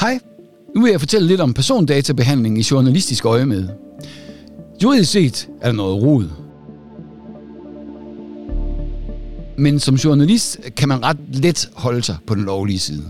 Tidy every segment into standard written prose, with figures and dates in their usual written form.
Hej, nu vil jeg fortælle lidt om persondatabehandling i journalistisk øjemed. Juridisk set er der noget rod. Men som journalist kan man ret let holde sig på den lovlige side.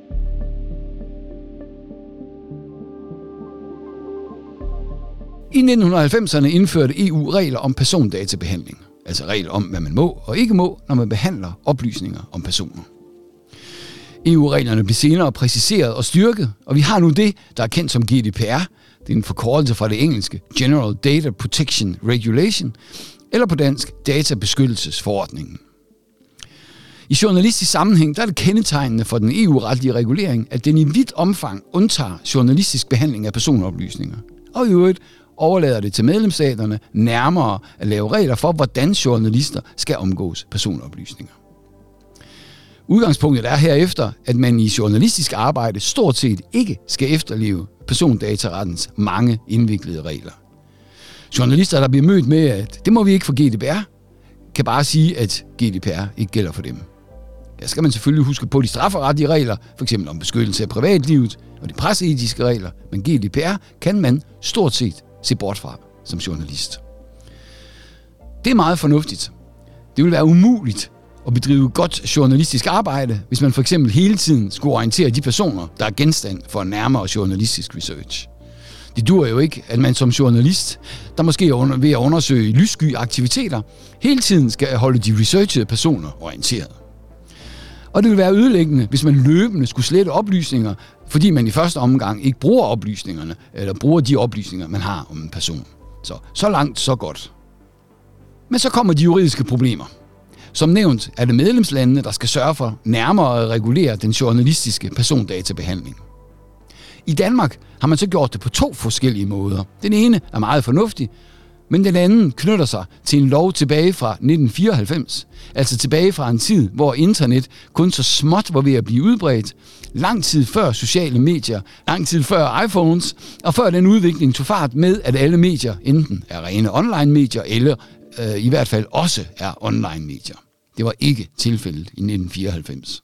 I 1990'erne indførte EU regler om persondatabehandling, altså regler om, hvad man må og ikke må, når man behandler oplysninger om personer. EU-reglerne blev senere præciseret og styrket, og vi har nu det, der er kendt som GDPR. Det er en forkortelse fra det engelske General Data Protection Regulation, eller på dansk databeskyttelsesforordningen. I journalistisk sammenhæng der er det kendetegnende for den EU-retlige regulering, at den i vidt omfang undtager journalistisk behandling af personoplysninger, og i øvrigt overlader det til medlemsstaterne nærmere at lave regler for, hvordan journalister skal omgås personoplysninger. Udgangspunktet er herefter, at man i journalistisk arbejde stort set ikke skal efterleve persondatarettens mange indviklede regler. Journalister, der bliver mødt med, at det må vi ikke for GDPR, kan bare sige, at GDPR ikke gælder for dem. Her skal man selvfølgelig huske på de strafferetlige regler, f.eks. om beskyttelse af privatlivet og de presseetiske regler, men GDPR kan man stort set se bort fra som journalist. Det er meget fornuftigt. Det vil være umuligt at bedrive godt journalistisk arbejde, hvis man for eksempel hele tiden skulle orientere de personer, der er genstand for en nærmere journalistisk research. Det duer jo ikke, at man som journalist, der måske er ved at undersøge lyssky aktiviteter, hele tiden skal holde de researchede personer orienteret. Og det vil være ødelæggende, hvis man løbende skulle slette oplysninger, fordi man i første omgang ikke bruger oplysningerne, eller bruger de oplysninger, man har om en person. Så langt, så godt. Men så kommer de juridiske problemer. Som nævnt er det medlemslandene, der skal sørge for nærmere at regulere den journalistiske persondatabehandling. I Danmark har man så gjort det på 2 forskellige måder. Den ene er meget fornuftig, men den anden knytter sig til en lov tilbage fra 1994, altså tilbage fra en tid, hvor internet kun så småt var ved at blive udbredt, lang tid før sociale medier, lang tid før iPhones, og før den udvikling tog fart med, at alle medier enten er rene online-medier, eller i hvert fald også er online-medier. Det var ikke tilfældet i 1994.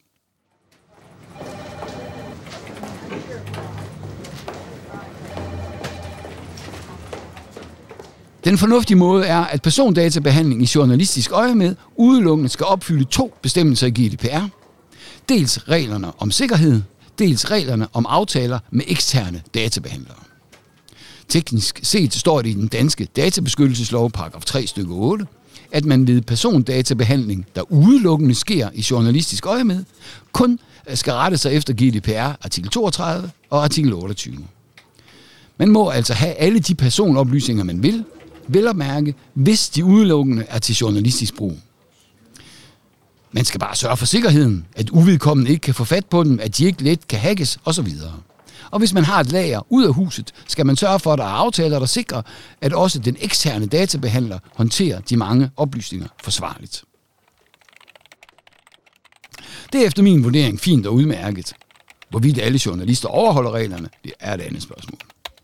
Den fornuftige måde er, at persondatabehandling i journalistisk øjemed udelukkende skal opfylde 2 bestemmelser i GDPR. Dels reglerne om sikkerhed, dels reglerne om aftaler med eksterne databehandlere. Teknisk set står det i den danske databeskyttelseslov, paragraf 3 stykke 8, at man ved persondatabehandling, der udelukkende sker i journalistisk øjemed, kun skal rette sig efter GDPR artikel 32 og artikel 28. Man må altså have alle de personoplysninger, man vil, vel at mærke, hvis de udelukkende er til journalistisk brug. Man skal bare sørge for sikkerheden, at uvedkommende ikke kan få fat på dem, at de ikke let kan hackes osv. Og hvis man har et lager ud af huset, skal man sørge for, at der er aftaler, der sikrer, at også den eksterne databehandler håndterer de mange oplysninger forsvarligt. Det er efter min vurdering fint og udmærket. Hvorvidt alle journalister overholder reglerne, det er et andet spørgsmål.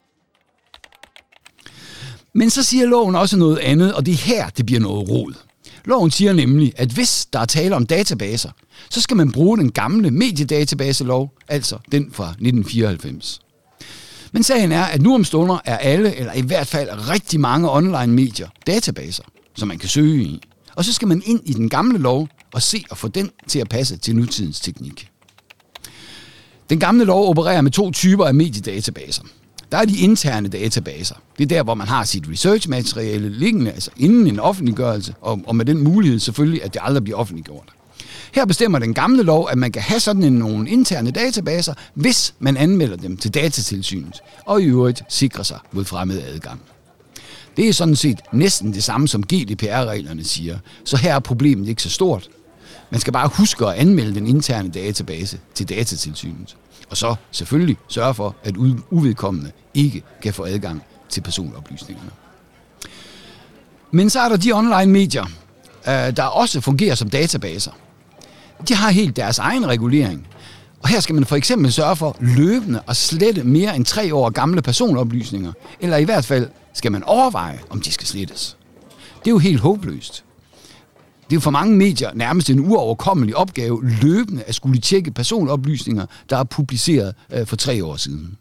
Men så siger loven også noget andet, og det er her, det bliver noget rod. Loven siger nemlig, at hvis der er tale om databaser, så skal man bruge den gamle mediedatabaselov, altså den fra 1994. Men sagen er, at nu om stunder er alle, eller i hvert fald rigtig mange online medier, databaser, som man kan søge i. Og så skal man ind i den gamle lov og se og få den til at passe til nutidens teknik. Den gamle lov opererer med 2 typer af mediedatabaser. Der er de interne databaser. Det er der, hvor man har sit researchmateriale liggende, altså inden en offentliggørelse, og med den mulighed selvfølgelig, at det aldrig bliver offentliggjort. Her bestemmer den gamle lov, at man kan have sådan nogle interne databaser, hvis man anmelder dem til Datatilsynet, og i øvrigt sikrer sig mod fremmed adgang. Det er sådan set næsten det samme, som GDPR-reglerne siger, så her er problemet ikke så stort. Man skal bare huske at anmelde den interne database til Datatilsynet. Og så selvfølgelig sørge for, at uvedkommende ikke kan få adgang til personoplysningerne. Men så er der de online medier, der også fungerer som databaser. De har helt deres egen regulering. Og her skal man for eksempel sørge for løbende at slette mere end 3 år gamle personoplysninger, eller i hvert fald skal man overveje, om de skal slettes. Det er jo helt håbløst. Det er jo for mange medier nærmest en uoverkommelig opgave løbende at skulle tjekke personoplysninger, der er publiceret for 3 år siden.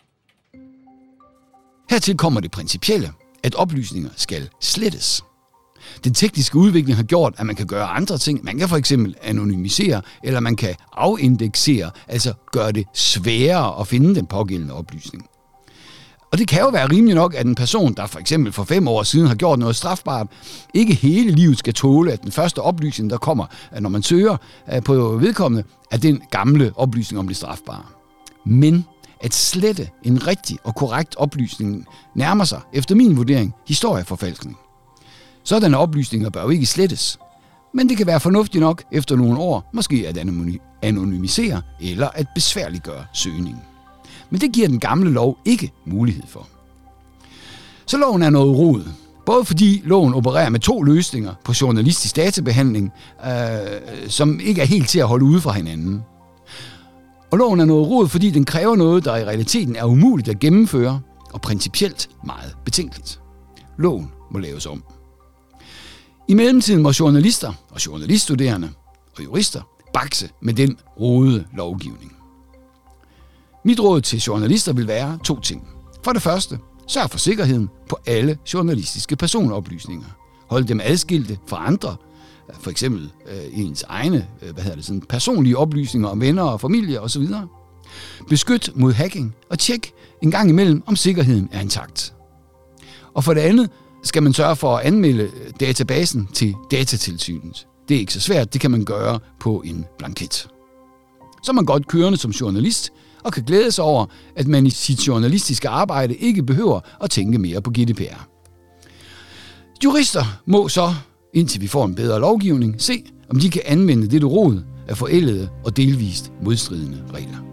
Hertil kommer det principielle, at oplysninger skal slettes. Den tekniske udvikling har gjort, at man kan gøre andre ting. Man kan for eksempel anonymisere, eller man kan afindeksere, altså gøre det sværere at finde den pågældende oplysning. Og det kan jo være rimeligt nok, at en person, der for eksempel for 5 år siden har gjort noget strafbart, ikke hele livet skal tåle, at den første oplysning, der kommer, når man søger på vedkommende, er den gamle oplysning om det strafbare. Men at slette en rigtig og korrekt oplysning nærmer sig, efter min vurdering, historieforfalskning. Sådanne oplysninger bør jo ikke slettes, men det kan være fornuftigt nok efter nogle år, måske at anonymisere eller at besværliggøre søgningen. Men det giver den gamle lov ikke mulighed for. Så loven er noget rod, både fordi loven opererer med 2 løsninger på journalistisk databehandling, som ikke er helt til at holde ude fra hinanden. Og loven er noget rod, fordi den kræver noget, der i realiteten er umuligt at gennemføre, og principielt meget betænkeligt. Loven må laves om. I mellemtiden må journalister og journaliststuderende og jurister bakse med den rodede lovgivning. Mit råd til journalister vil være 2 ting. For det første, sørg for sikkerheden på alle journalistiske personoplysninger. Hold dem adskilte fra andre, for eksempel ens egne personlige oplysninger om venner og familie osv. Beskyt mod hacking og tjek en gang imellem, om sikkerheden er intakt. Og for det andet skal man sørge for at anmelde databasen til Datatilsynet. Det er ikke så svært, det kan man gøre på en blanket. Så er man godt kørende som journalist og kan glæde sig over, at man i sit journalistiske arbejde ikke behøver at tænke mere på GDPR. Jurister må så, indtil vi får en bedre lovgivning, se, om de kan anvende dette rod af forældede og delvist modstridende regler.